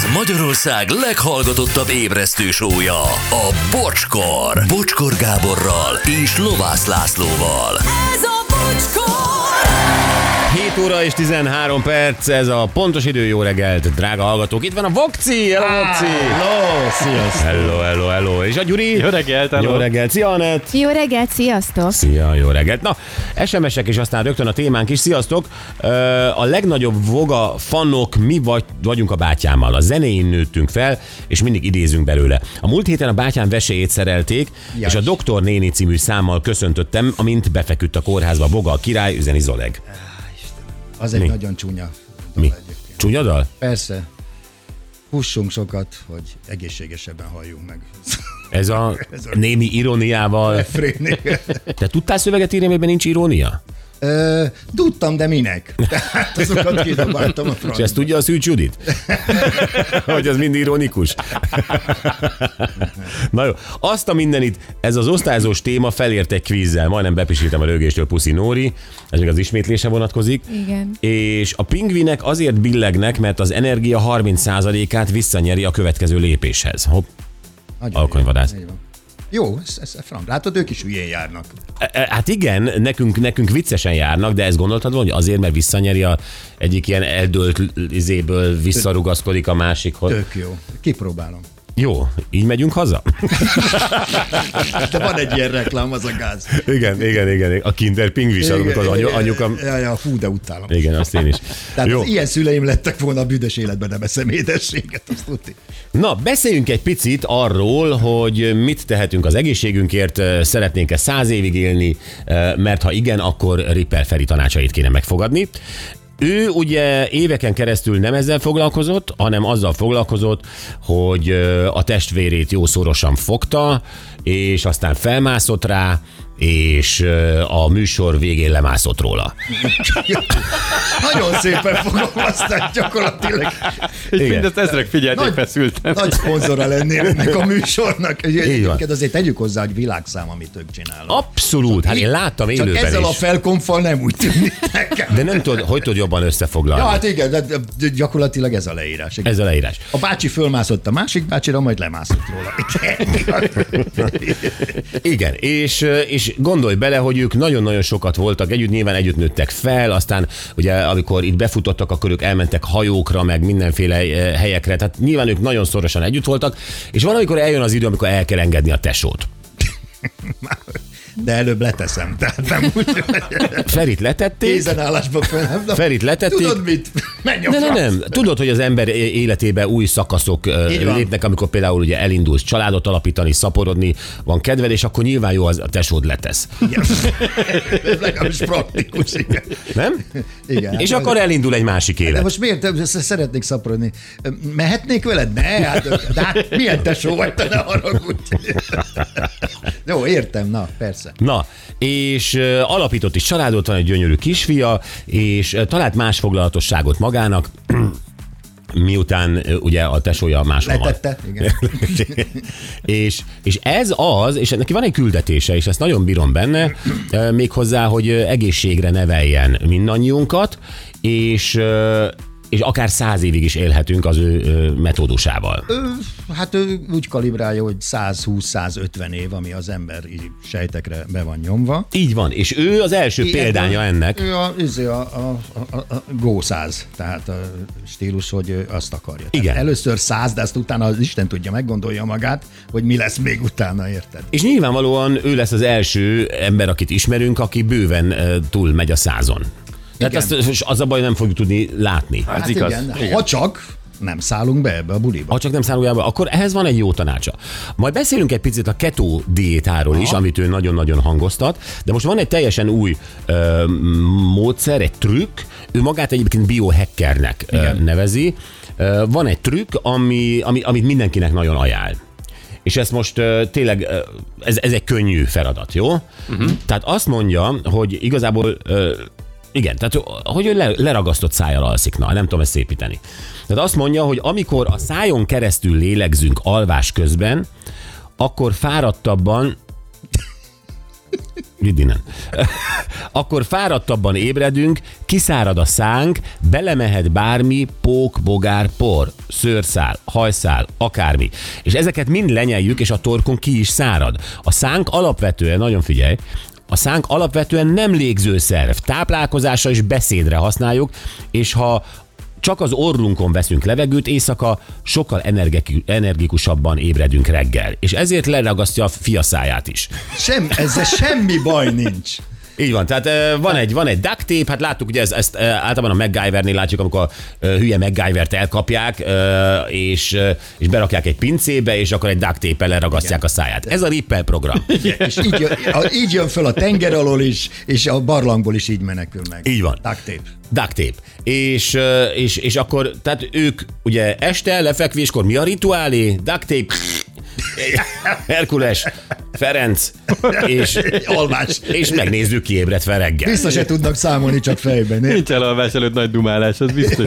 Ez Magyarország leghallgatottabb ébresztő show-ja, a Bocskor. Bocskor Gáborral és Lovász Lászlóval. Ez a Bocskor! 7 óra és 13 perc, ez a pontos idő. Jó reggelt, drága hallgatók. Itt van a Vokci, hello Vokci. Hello, sziasztok. Hello. És a Gyuri. Jó reggelt, hello. Jó reggelt, szia Anett. Jó reggelt, sziasztok! Szia, jó reggelt. Na, SMS-ek és aztán rögtön a témánk is. Sziasztok! A legnagyobb voga fanok mi vagyunk a bátyámmal. A zenéin nőttünk fel, és mindig idézünk belőle. A múlt héten a bátyám veséjét szerelték, és a Doktor néni című számmal köszöntöttem, amint befeküdt a kórházba Boga a király, üzeni Zoleg. Az egy Mi? nagyon csúnya. Mi? Egyébként. Csúnya dal? Persze. Hussunk sokat, hogy egészségesebben halljunk meg. Ez a némi iróniával. Refrénél. Te tudtál szöveget írni, amiben nincs irónia? Tudtam, de minek? Tehát azokat kidobáltam a És francba. ezt tudja a Szűcs Judit? Hogy az mind ironikus? Na jó, azt a mindenit, ez az osztályzós téma felért egy kvízzel, majdnem bepisítem a rögéstől, Puszi Nóri, ez még az ismétlése vonatkozik. Igen. És a pingvinek azért billegnek, mert az energia 30%-át visszanyeri a következő lépéshez. Hopp, Nagyon alkonyvadász. jó, így van. Jó, ez frank. Látod, ők is hülyén járnak. Hát igen, nekünk viccesen járnak, de ezt gondoltad volna, hogy azért, mert visszanyeri egyik ilyen eldőlt izéből visszarugaszkodik a másikhoz. Tök jó. Kipróbálom. Jó, így megyünk haza? De van egy ilyen reklám, az a gáz. Igen. A Kinder Pingvis, amikor az anyukam... Ja, fú, de utálom. Igen, azt én is. Tehát Jó. az ilyen szüleim lettek volna, a büdös életben nem eszem édességet, azt tudni. Na, beszéljünk egy picit arról, hogy mit tehetünk az egészségünkért, szeretnénk-e 100 évig élni, mert ha igen, akkor Ripper Feri tanácsait kéne megfogadni. Ő ugye éveken keresztül nem ezzel foglalkozott, hanem azzal foglalkozott, hogy a testvérét jó szorosan fogta, és aztán felmászott rá, és a műsor végén lemászott róla. Nagyon szépen fogalmazták gyakorlatilag. Igen. Mindezt ezrek figyelték feszülten. Nagy szponzora lennél ennek a műsornak. van. Egyébként azért tegyük hozzá, hogy világszám, amit ők csinálnak. Abszolút, hát én láttam Csak élőben ezzel is. a felkonfal nem úgy tűnik nekem. De nem tudod, hogy tudod jobban összefoglalni. Ja, hát igen, de gyakorlatilag ez a leírás. Igen. Ez a leírás. A bácsi fölmászott a másik bácsira, majd lemászott róla. Igen, és gondolj bele, hogy ők nagyon-nagyon sokat voltak együtt, nyilván együtt nőttek fel, aztán ugye amikor itt befutottak, akkor ők elmentek hajókra, meg mindenféle helyekre, tehát nyilván ők nagyon szorosan együtt voltak, és van, amikor eljön az idő, amikor el kell engedni a tesót. De előbb leteszem, tehát nem úgy. Ferit letették. Kézenállásba fel. Ferit letették. Tudod mit? Menj a Nem. francba. Tudod, hogy az ember életébe új szakaszok van. lépnek, amikor például ugye elindulsz családot alapítani, szaporodni, van kedved, és akkor nyilván jó, az a tesód letesz. Igen. Legalábbis praktikus, igen. Nem? Igen. És Hát akkor elindul egy másik De élet. most miért szeretnék szaporodni? Mehetnék veled? Ne, de hát milyen tesó vagy, te ne haragudj. Jó, értem, na, persze. Na, és alapított is családot, van egy gyönyörű kisfia, és talált más foglalatosságot magának, miután ugye a tesója máshol van. Letette, igen. és ez az, és neki van egy küldetése, és ezt nagyon bírom benne, méghozzá, hogy egészségre neveljen mindannyiunkat, és akár 100 évig is élhetünk az ő metódusával. Hát ő úgy kalibrálja, hogy 120-150 év, ami az emberi sejtekre be van nyomva. Így van, és ő az első példánya ennek. Ő a Go 100, tehát a stílus, hogy ő azt akarja. Igen. Tehát először 100, de azt utána az Isten tudja, meggondolja magát, hogy mi lesz még utána, érted? És nyilvánvalóan ő lesz az első ember, akit ismerünk, aki bőven túl megy a 100-on. Tehát az a baj, nem fogjuk tudni látni. Hát igaz. igen, ha csak nem szállunk be ebbe a buliba. Ha csak nem szállójába, akkor ehhez van egy jó tanácsa. Majd beszélünk egy picit a keto diétáról is, amit ő nagyon-nagyon hangoztat, de most van egy teljesen új módszer, egy trükk, ő magát egyébként biohackernek nevezi. Van egy trükk, amit mindenkinek nagyon ajánl. És ezt most tényleg, ez egy könnyű feladat, jó? Tehát azt mondja, hogy igazából igen, tehát hogy ő leragasztott szájjal alszik, na, nem tudom ezt szépíteni. Tehát azt mondja, hogy amikor a szájon keresztül lélegzünk alvás közben, akkor fáradtabban Vidd innen. Akkor fáradtabban ébredünk, kiszárad a szánk, belemehet bármi, pók, bogár, por, szőrszál, hajszál, akármi. És ezeket mind lenyeljük, és a torkon ki is szárad. A szánk alapvetően, nagyon figyelj, a szánk alapvetően nem légzőszerv, táplálkozásra és beszédre használjuk, és ha csak az orrunkon veszünk levegőt, éjszaka sokkal energikusabban ébredünk reggel. És ezért leragasztja a fia száját is. Ezzel semmi baj nincs. Így van, tehát van egy duct tape, hát láttuk, ugye ezt általában a MacGyvernél látjuk, amikor a hülye MacGyvert elkapják, és berakják egy pincébe, és akkor egy duct tape-el leragasztják a száját. Ez a Ripple program. Igen, és így jön föl a tenger alól is, és a barlangból is így menekül meg. Így van. Duct tape. Duct tape. És akkor, tehát ők ugye este lefekvéskor mi a rituálé? Duct tape. Herkules, Ferenc, és alvás. És megnézzük, ki ébredt fel reggel. Vissza se tudnak számolni, csak fejben. Nincs elalvás előtt nagy dumálás, az biztos.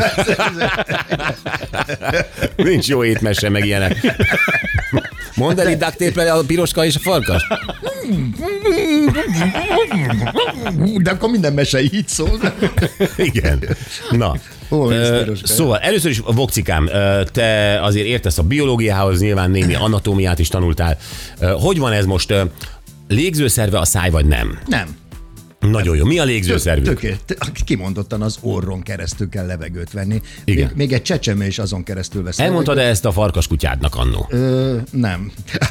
Nincs jó étmese, meg ilyenek. Mondd el itt duct tape-re a piroska és a farkas. De akkor minden mese így szól. Igen. Na. Szóval először is, Vokcikám, te azért értesz a biológiához, nyilván némi anatómiát is tanultál. Hogy van ez most? Légzőszerve a száj, vagy nem? Nem. Nagyon jó. Mi a légzőszervünk? Kimondottan az orron keresztül kell levegőt venni. Igen. Még egy csecsemő is azon keresztül vesz. Elmondtad-e ezt a farkaskutyádnak annó? Nem.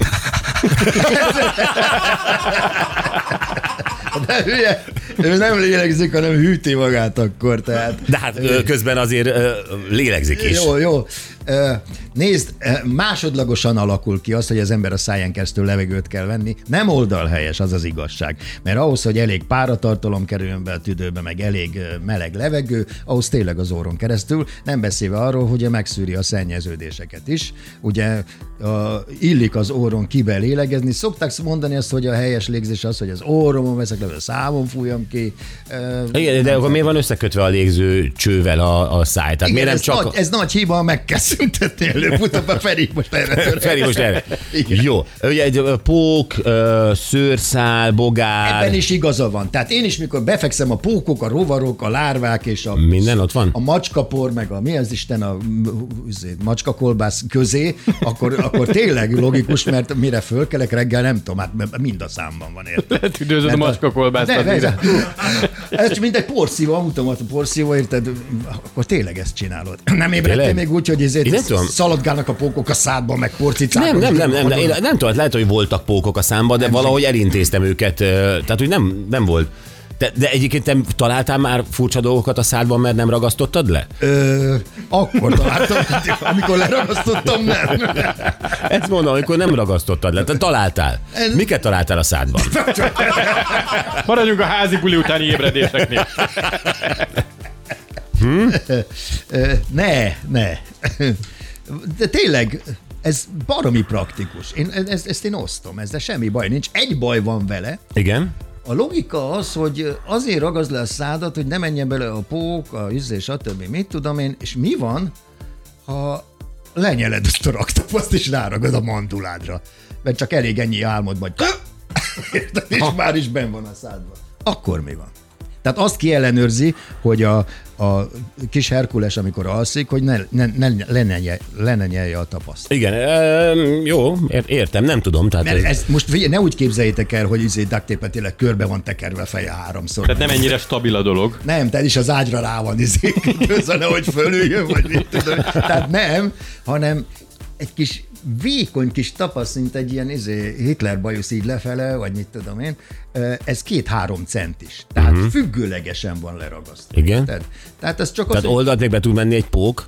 De hülye, ő nem lélegzik, hanem hűti magát akkor, tehát... De hát közben azért lélegzik is. Jó. Nézd, másodlagosan alakul ki az, hogy az ember a száján keresztül levegőt kell venni. Nem oldalhelyes, az az igazság. Mert ahhoz, hogy elég páratartalom kerüljön be a tüdőbe, meg elég meleg levegő, ahhoz tényleg az orron keresztül, nem beszélve arról, hogy megszűri a szennyeződéseket is. Ugye illik az orron kibe lélegezni. Szokták mondani azt, hogy a helyes légzés az, hogy az orromon veszek le, a számon fújjam ki. Igen, de akkor miért van összekötve a légző csővel a száj? Tehát igen, miért nem csak... ez nagy hiba, meg kell szüntetni előbb-utóbb, a Feri most erre. Feri most erre. Jó. Ugye egy pók, szőrszál, bogár... Ebben is igaza van. Tehát én is, mikor befekszem a pókok, a rovarok, a lárvák és a... Minden ott van? A macskapor, meg a mi az Isten, a macskakolbász közé, akkor tényleg logikus, mert mire fölkelek reggel, nem tudom, hát mind a számban van érted. Letüdőzöd a macskakolbászt. Ez mint egy porszívó, automat a porszívó, érted? Akkor tényleg ezt csinálod. Nem ébredtél még úgy, hogy szaladgálnak a pókok a szádban, meg porcicákon. Nem, de én nem tudom, lehet, hogy voltak pókok a számban, de valahogy elintéztem őket, tehát hogy nem volt. De egyébként te találtál már furcsa dolgokat a szádban, mert nem ragasztottad le? Akkor találtam, amikor leragasztottam, nem. Ezt mondom, amikor nem ragasztottad le, te találtál. Miket találtál a szádban? Maradjunk a házi buli utáni ébredéseknél. Ne. De tényleg, ez baromi praktikus. Ezt én osztom, ezzel semmi baj nincs. Egy baj van vele. Igen? A logika az, hogy azért ragaszd le a szádat, hogy ne menjen bele a pók, a stb. Mit tudom én, és mi van, ha lenyeled ezt a raktapaszt, és ráragad a manduládra. Mert csak elég ennyi álmod, vagy és már is benn van a szádban. Akkor mi van? Tehát azt kiellenőrzi, hogy a kis Herkules, amikor alszik, hogy le ne nyelje a tapaszt. Igen, jó, értem, nem tudom. Tehát mert ezt most figyelj, ne úgy képzeljétek el, hogy duct tape-et tényleg körbe van tekerve a feje 3-szor. Tehát nem ennyire stabil a dolog. Nem, tehát is az ágyra rá van közben, hogy fölüljön, vagy mit tudom. Tehát nem, hanem egy kis vékony kis tapasz, mint egy ilyen Hitler bajusz így lefele, vagy mit tudom én, ez 2-3 centis. Tehát függőlegesen van leragasztva. Igen. Tehát ez csak tehát oldalt még be tud menni egy pók?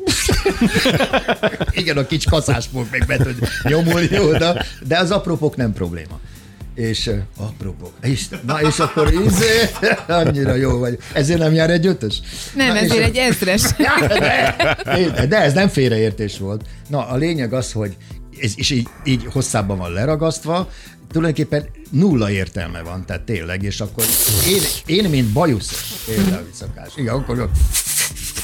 Igen, a kicsi kaszáspók még be tud nyomulni oda, de az apropók nem probléma. És apropó. És akkor annyira jó vagy. Ezért nem jár egy 5-ös? Nem, ezért egy 1000-es. De ez nem félreértés volt. Na, a lényeg az, hogy és így hosszábban van leragasztva, tulajdonképpen nulla értelme van, tehát tényleg, és akkor én mint bajuszos, például szakás, igen, akkor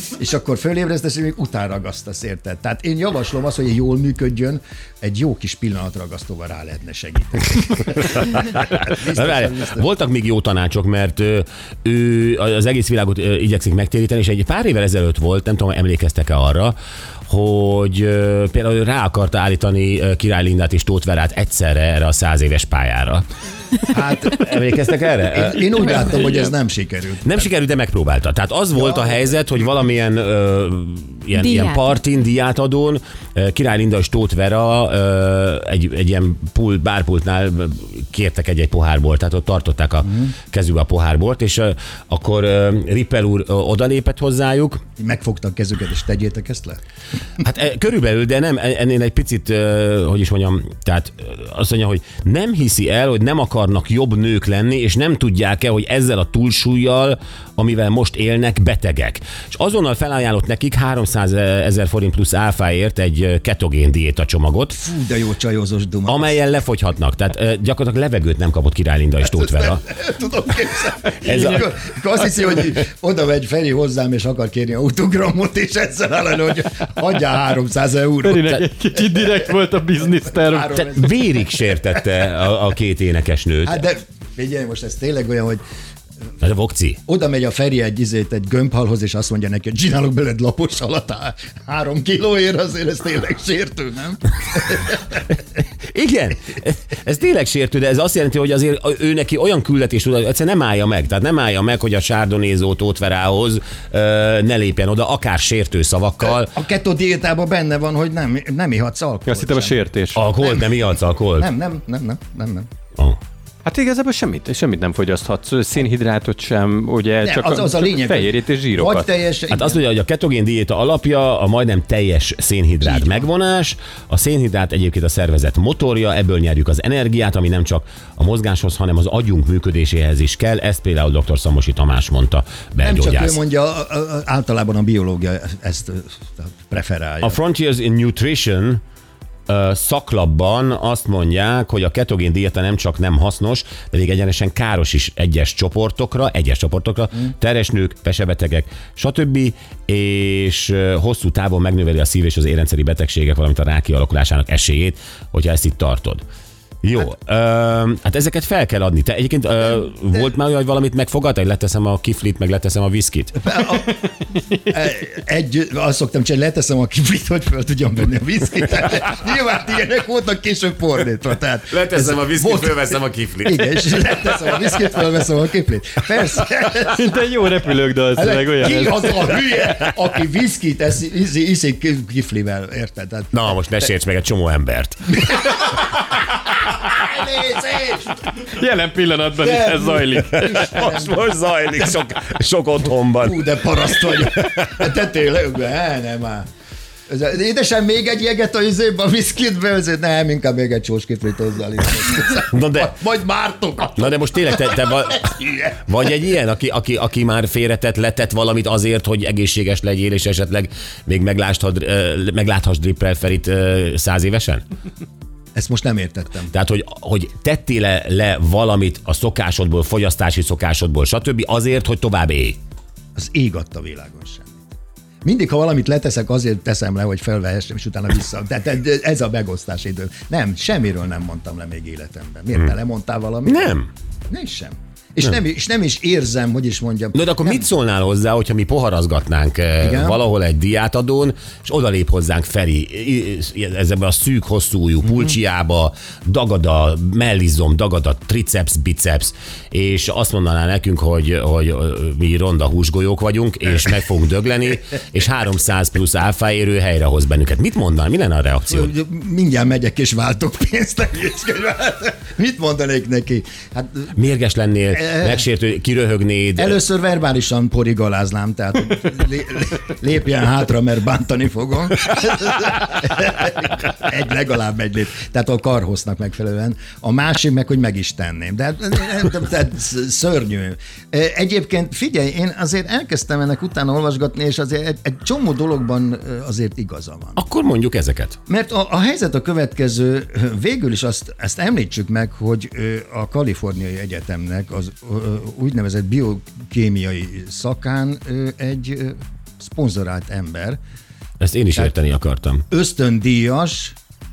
és akkor fölébresztesz, és még utánragasztasz, érted? Tehát én javaslom azt, hogy jól működjön, egy jó kis pillanatragasztóval rá lehetne segíteni. Biztos. Voltak még jó tanácsok, mert ő az egész világot igyekszik megtéríteni, és egy pár évvel ezelőtt volt, nem tudom, emlékeztek-e arra, hogy például rá akarta állítani Király Lindát és Tóth Verát egyszerre erre a 100 éves pályára. Hát emlékeztek erre? Én úgy láttam, hogy ez nem sikerült. Nem sikerült, de megpróbálta. Tehát az volt a helyzet, hogy valamilyen ilyen partin, diátadón Király Linda és Tóth Vera egy ilyen bárpultnál kértek egy pohárból, tehát ott tartották a kezükbe a pohárbort, és akkor Rippel úr odalépett hozzájuk. Megfogtak kezüket, és tegyétek ezt le? Hát körülbelül, de nem, ennél egy picit, hogy is mondjam, tehát azt mondja, hogy nem hiszi el, hogy nem akarnak jobb nők lenni, és nem tudják el, hogy ezzel a túlsúllyal, amivel most élnek, betegek. És azonnal felajánlott nekik 300 000 forint plusz áfáért egy ketogén diéta csomagot. Fú, de jó csajozós duma. Amelyen lefogyhatnak. Tehát gyakorlatilag levegőt nem kapott Király Linda és Tóth Vera. Tudom képzelni. Akkor azt hiszi, hogy oda megy Feri hozzám, és akar kérni autogramot, és ezzel állani, hogy hagyjál 300 eurót. Ferinek egy kicsit direkt volt a bizniszterv. Tehát vérig sértette a két énekesnőt. Hát de figyelj, most ez tényleg olyan, hogy Ez a vokci. oda megy a Feri egy gömbhalhoz, és azt mondja neki, hogy csinálok belőled lapos alatt 3 kilóért, azért ez tényleg sértő, nem? Igen, ez tényleg sértő, de ez azt jelenti, hogy azért ő neki olyan küldetés tud, hogy egyszerűen nem állja meg. Tehát nem állja meg, hogy a sárdonézó Tóth Verához ne lépjen oda, akár sértő szavakkal. A keto diétában benne van, hogy nem ihatsz alkoholt. Azt hittem a sértés. Alkoholt, nem ihatsz alkoholt? Nem. Oh. Hát igazából semmit nem fogyaszthatsz, szénhidrátot sem, ugye Ne, csak az a lényeg, fehérjét és zsírokat. Vagy teljes, Hát azt mondja, hogy a ketogén diéta alapja a majdnem teljes szénhidrát megvonás. A szénhidrát egyébként a szervezet motorja, ebből nyerjük az energiát, ami nem csak a mozgáshoz, hanem az agyunk működéséhez is kell. Ezt például dr. Szamosi Tamás mondta, nem csak belgyógyász. ő mondja, általában a biológia ezt preferálja. A Frontiers in Nutrition szaklapban azt mondják, hogy a ketogén diéta nem csak nem hasznos, de még egyenesen káros is egyes csoportokra, terhes nők, vesebetegek, stb. És hosszú távon megnöveli a szív- és az érrendszeri betegségek, valamint a rák kialakulásának esélyét, hogyha ezt itt tartod. Jó, hát ezeket fel kell adni. Te egyébként volt már olyan, hogy valamit megfogadtál, hogy leteszem a kiflit, meg leteszem a viszkit? Azt szoktam csinálni, leteszem a kiflit, hogy föl tudjam venni a viszkit. Nyilván ilyenek voltak később fordítva. Tehát Leteszem a viszkit, fölveszem a kiflit. Igen, és leteszem a viszkit, fölveszem a kiflit. Persze. Mint egy jó repülőgdal szöveg, olyan Ki ez. az a hülye, aki viszkit iszik kiflivel, érted? Tehát, Na, most ne sérts meg egy csomó embert. Jelen pillanatban is ez zajlik. Most zajlik sok otthonban. Hú, de paraszt vagy. Te tényleg, nem már. Édesem, még egy jeget a izébe, a viszkitbe, azért nem, inkább még egy sóskiflit hozzá. Na de, Majd mártokat. na de most tényleg te vagy egy ilyen, aki már félretett, letett valamit azért, hogy egészséges legyél, és esetleg még megláthass Rippel Ferit 100 évesen? Ezt most nem értettem. Tehát, hogy tettél le valamit a szokásodból, fogyasztási szokásodból, stb. Azért, hogy tovább élj. Az ég adta világon semmit. Mindig, ha valamit leteszek, azért teszem le, hogy felvehessem, és utána vissza. Tehát ez a megosztás idő. Nem, semmiről nem mondtam le még életemben. Miért te lemondtál valamit? Nem. Nem sem. És nem is érzem, hogy is mondjam. De akkor nem. mit szólnál hozzá, hogyha mi poharazgatnánk valahol egy diátadón, és odalép hozzánk Feri ezzel a szűk, hosszú ujjú pulcsiába, dagad a mellizom, dagad a triceps, biceps, és azt mondaná nekünk, hogy mi ronda húsgolyók vagyunk, és meg fogunk dögleni, és 300 plusz áfáérő helyrehoz bennünket. Mit mondanál? Mi lenne a reakció? Mindjárt megyek és váltok pénzt. Mit mondanék neki? Hát, mérges lennél, megsértő, kiröhögnéd. Először verbálisan porigaláznám, tehát lépjen hátra, mert bántani fogom. Legalább egy lép. Tehát a karhosznak megfelelően. A másik meg, hogy meg is tenném. De szörnyű. Egyébként figyelj, én azért elkezdtem ennek utána olvasgatni, és azért egy csomó dologban azért igaza van. Akkor mondjuk ezeket. Mert a helyzet a következő, végül is ezt említsük meg, hogy a Kaliforniai Egyetemnek az úgynevezett biokémiai szakán egy szponzorált ember, Ezt én is érteni akartam. ösztöndíjas,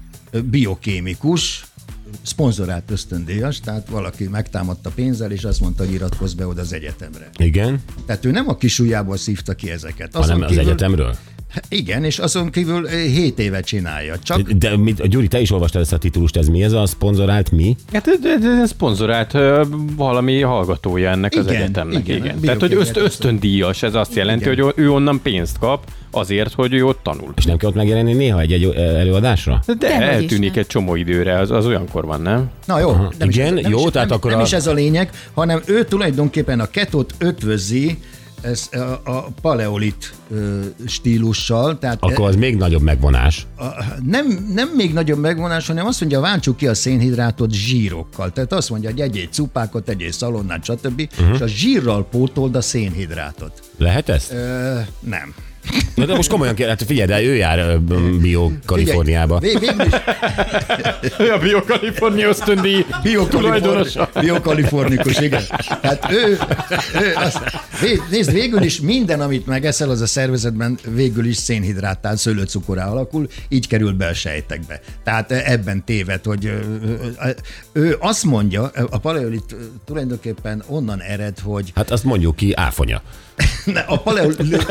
biokémikus, szponzorált ösztöndíjas, tehát valaki megtámadta pénzzel, és azt mondta, hogy iratkozz be oda az egyetemre. Igen? Tehát ő nem a kis ujjából szívta ki ezeket. Hanem az egyetemről? Igen, és azon kívül 7 éve csinálja. Csak De Gyuri, te is olvastad ezt a titulust, ez mi ez a szponzorált mi? Hát ez szponzorált valami hallgatója ennek az Igen, egyetemnek. igen, Igen. Tehát, hogy biokémiát ösztöndíjas, ez azt jelenti, Igen. hogy ő onnan pénzt kap azért, hogy ő ott tanul. És nem kell ott megjelenni néha egy előadásra? De Dehogy is eltűnik nem. egy csomó időre, az olyankor van, nem? Na jó, Igen, jó, tehát akkor nem a- is ez a lényeg, hanem ő tulajdonképpen a ketót ötvözi ez a paleolit stílussal. Tehát Akkor az még nagyobb megvonás. nem még nagyobb megvonás, hanem azt mondja, vántsuk ki a szénhidrátot zsírokkal. Tehát azt mondja, hogy egyél cupákot, egyél szalonnát, stb. És a zsírral pótold a szénhidrátot. Lehet ezt? Nem. Na, de most komolyan kell, hát figyelj, de ő jár Bio-Kaliforniába. Végül is A Bio-Kalifornia ösztöndíj tulajdonosa. biokalifornikus, igen. Hát ő nézd, végül is minden, amit megeszel, az a szervezetben végül is szénhidráttá, szőlőcukorrá alakul, így kerül be a sejtekbe. Tehát ebben téved, hogy ő azt mondja, a paleolit tulajdonképpen onnan ered, hogy Hát azt mondjuk ki, áfonya. a paleolit...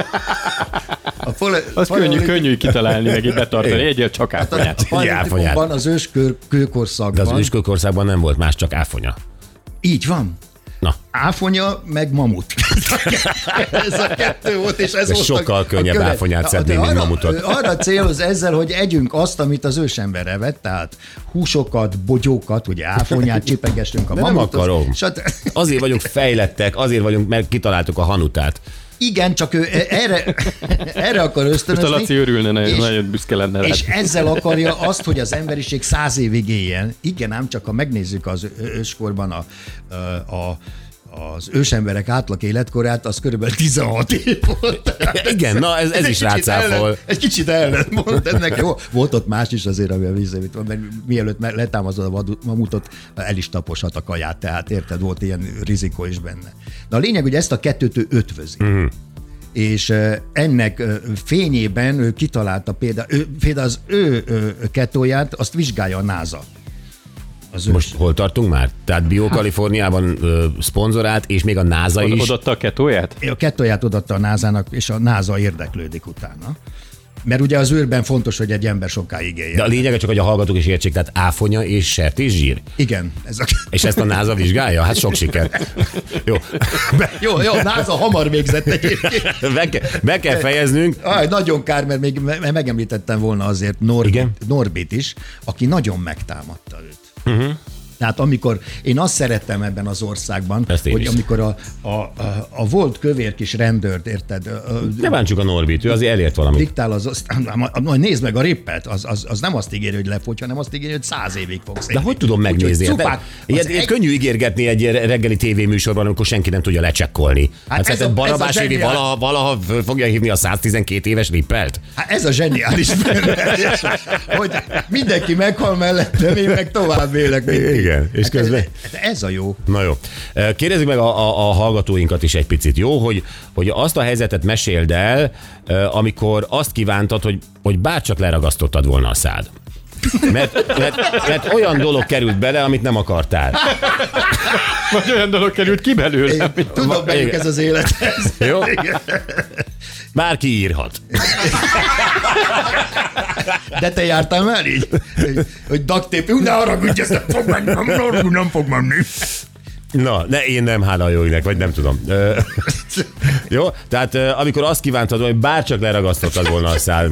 Az könnyű kitalálni, meg így betartani, egyél csak áfonyát. A paleolitikumban, az őskőkorszakban... De az őskőkorszakban nem volt más, csak áfonya. Így van. Na, Áfonya, meg mamut. Ez a kettő volt, és ez De volt sokkal a könnyebb köve. áfonyát szedni, De mint arra- mamutot. Arra céloz ezzel, hogy együnk azt, amit az ősember evett, tehát húsokat, bogyókat, ugye áfonyát csipegessünk a De nem mamutot. akarom. Stb. Azért vagyunk fejlettek, azért vagyunk, mert kitaláltuk a hanutát. Igen, csak ő erre akar Most a ösztönözni. Laci örülne, és- nagyon büszke lenne rá. És ezzel akarja azt, hogy az emberiség 100 évig éljen. Igen, ám csak ha megnézzük az őskorban az ősemberek átlag életkorát, az körülbelül 16 év volt. Igen, na ez egy is kicsit rácáfol. egy kicsit ellentmond ennek, jó. Volt ott más is azért, ami a vízévit van, mert mielőtt letámasztod a mamutot, el is taposhat a kaját, tehát érted, volt ilyen rizikó is benne. De a lényeg, hogy ezt a kettőt ő ötvözi. És ennek fényében ő kitalálta például az ő ketóját, azt vizsgálja a NASA. Az Most hol tartunk már? Tehát Bio-Kaliforniában szponzorált, és még a NASA is. Odaadta a ketóját? A kettőját odaadta a NASA-nak, és a NASA érdeklődik utána. Mert ugye az űrben fontos, hogy egy ember sokáig éljen. De a lényege csak, hogy a hallgatók is értsék, tehát áfonya és sertészsír. Igen. Ez a... És ezt a NASA vizsgálja? Hát sok siker. Jó. Jó, NASA hamar végzett egyébként. Be kell fejeznünk. Nagyon kár, mert még megemlítettem volna azért Norbit is, aki nagyon megtámadta őt. Tehát amikor én azt szerettem ebben az országban, Ezt én hogy is. amikor a volt kövér kis rendőrt, érted, Ne bántsuk a Norbit, ő azért elért valamit. diktál majd nézd meg a rippet, az nem azt ígéri, hogy lefogy, hanem azt ígéri, hogy 100 évig fogsz De élni. hogy tudom megnézni? Úgyhogy Hát, cupák, ilyet könnyű ígérgetni egy reggeli tévéműsorban, amikor senki nem tudja lecsekkolni. Hát ez szerinted a Barabás Évi zseniális. valaha föl fogja hívni a 112 éves rippelt? Hát ez a zseniális benne, hogy mindenki meghal mellettem, én meg tovább élek. Igen, és közben... Ez a jó. Na jó. Kérdezzük meg a hallgatóinkat is egy picit, jó? Hogy azt a helyzetet meséld el, amikor azt kívántad, hogy bárcsak leragasztottad volna a szád. Mert olyan dolog került bele, amit nem akartál. Vagy olyan dolog került ki belőle. Tudom, melyik ez az élethez. Jó? Bárki írhat. De te jártál már így? Hogy duct ne haragudj, ez nem fog menni, nem fog menni. Na, én nem, hála a jó égnek, vagy nem tudom. Jó? Tehát amikor azt kívántad, hogy bárcsak leragasztottad volna a szád,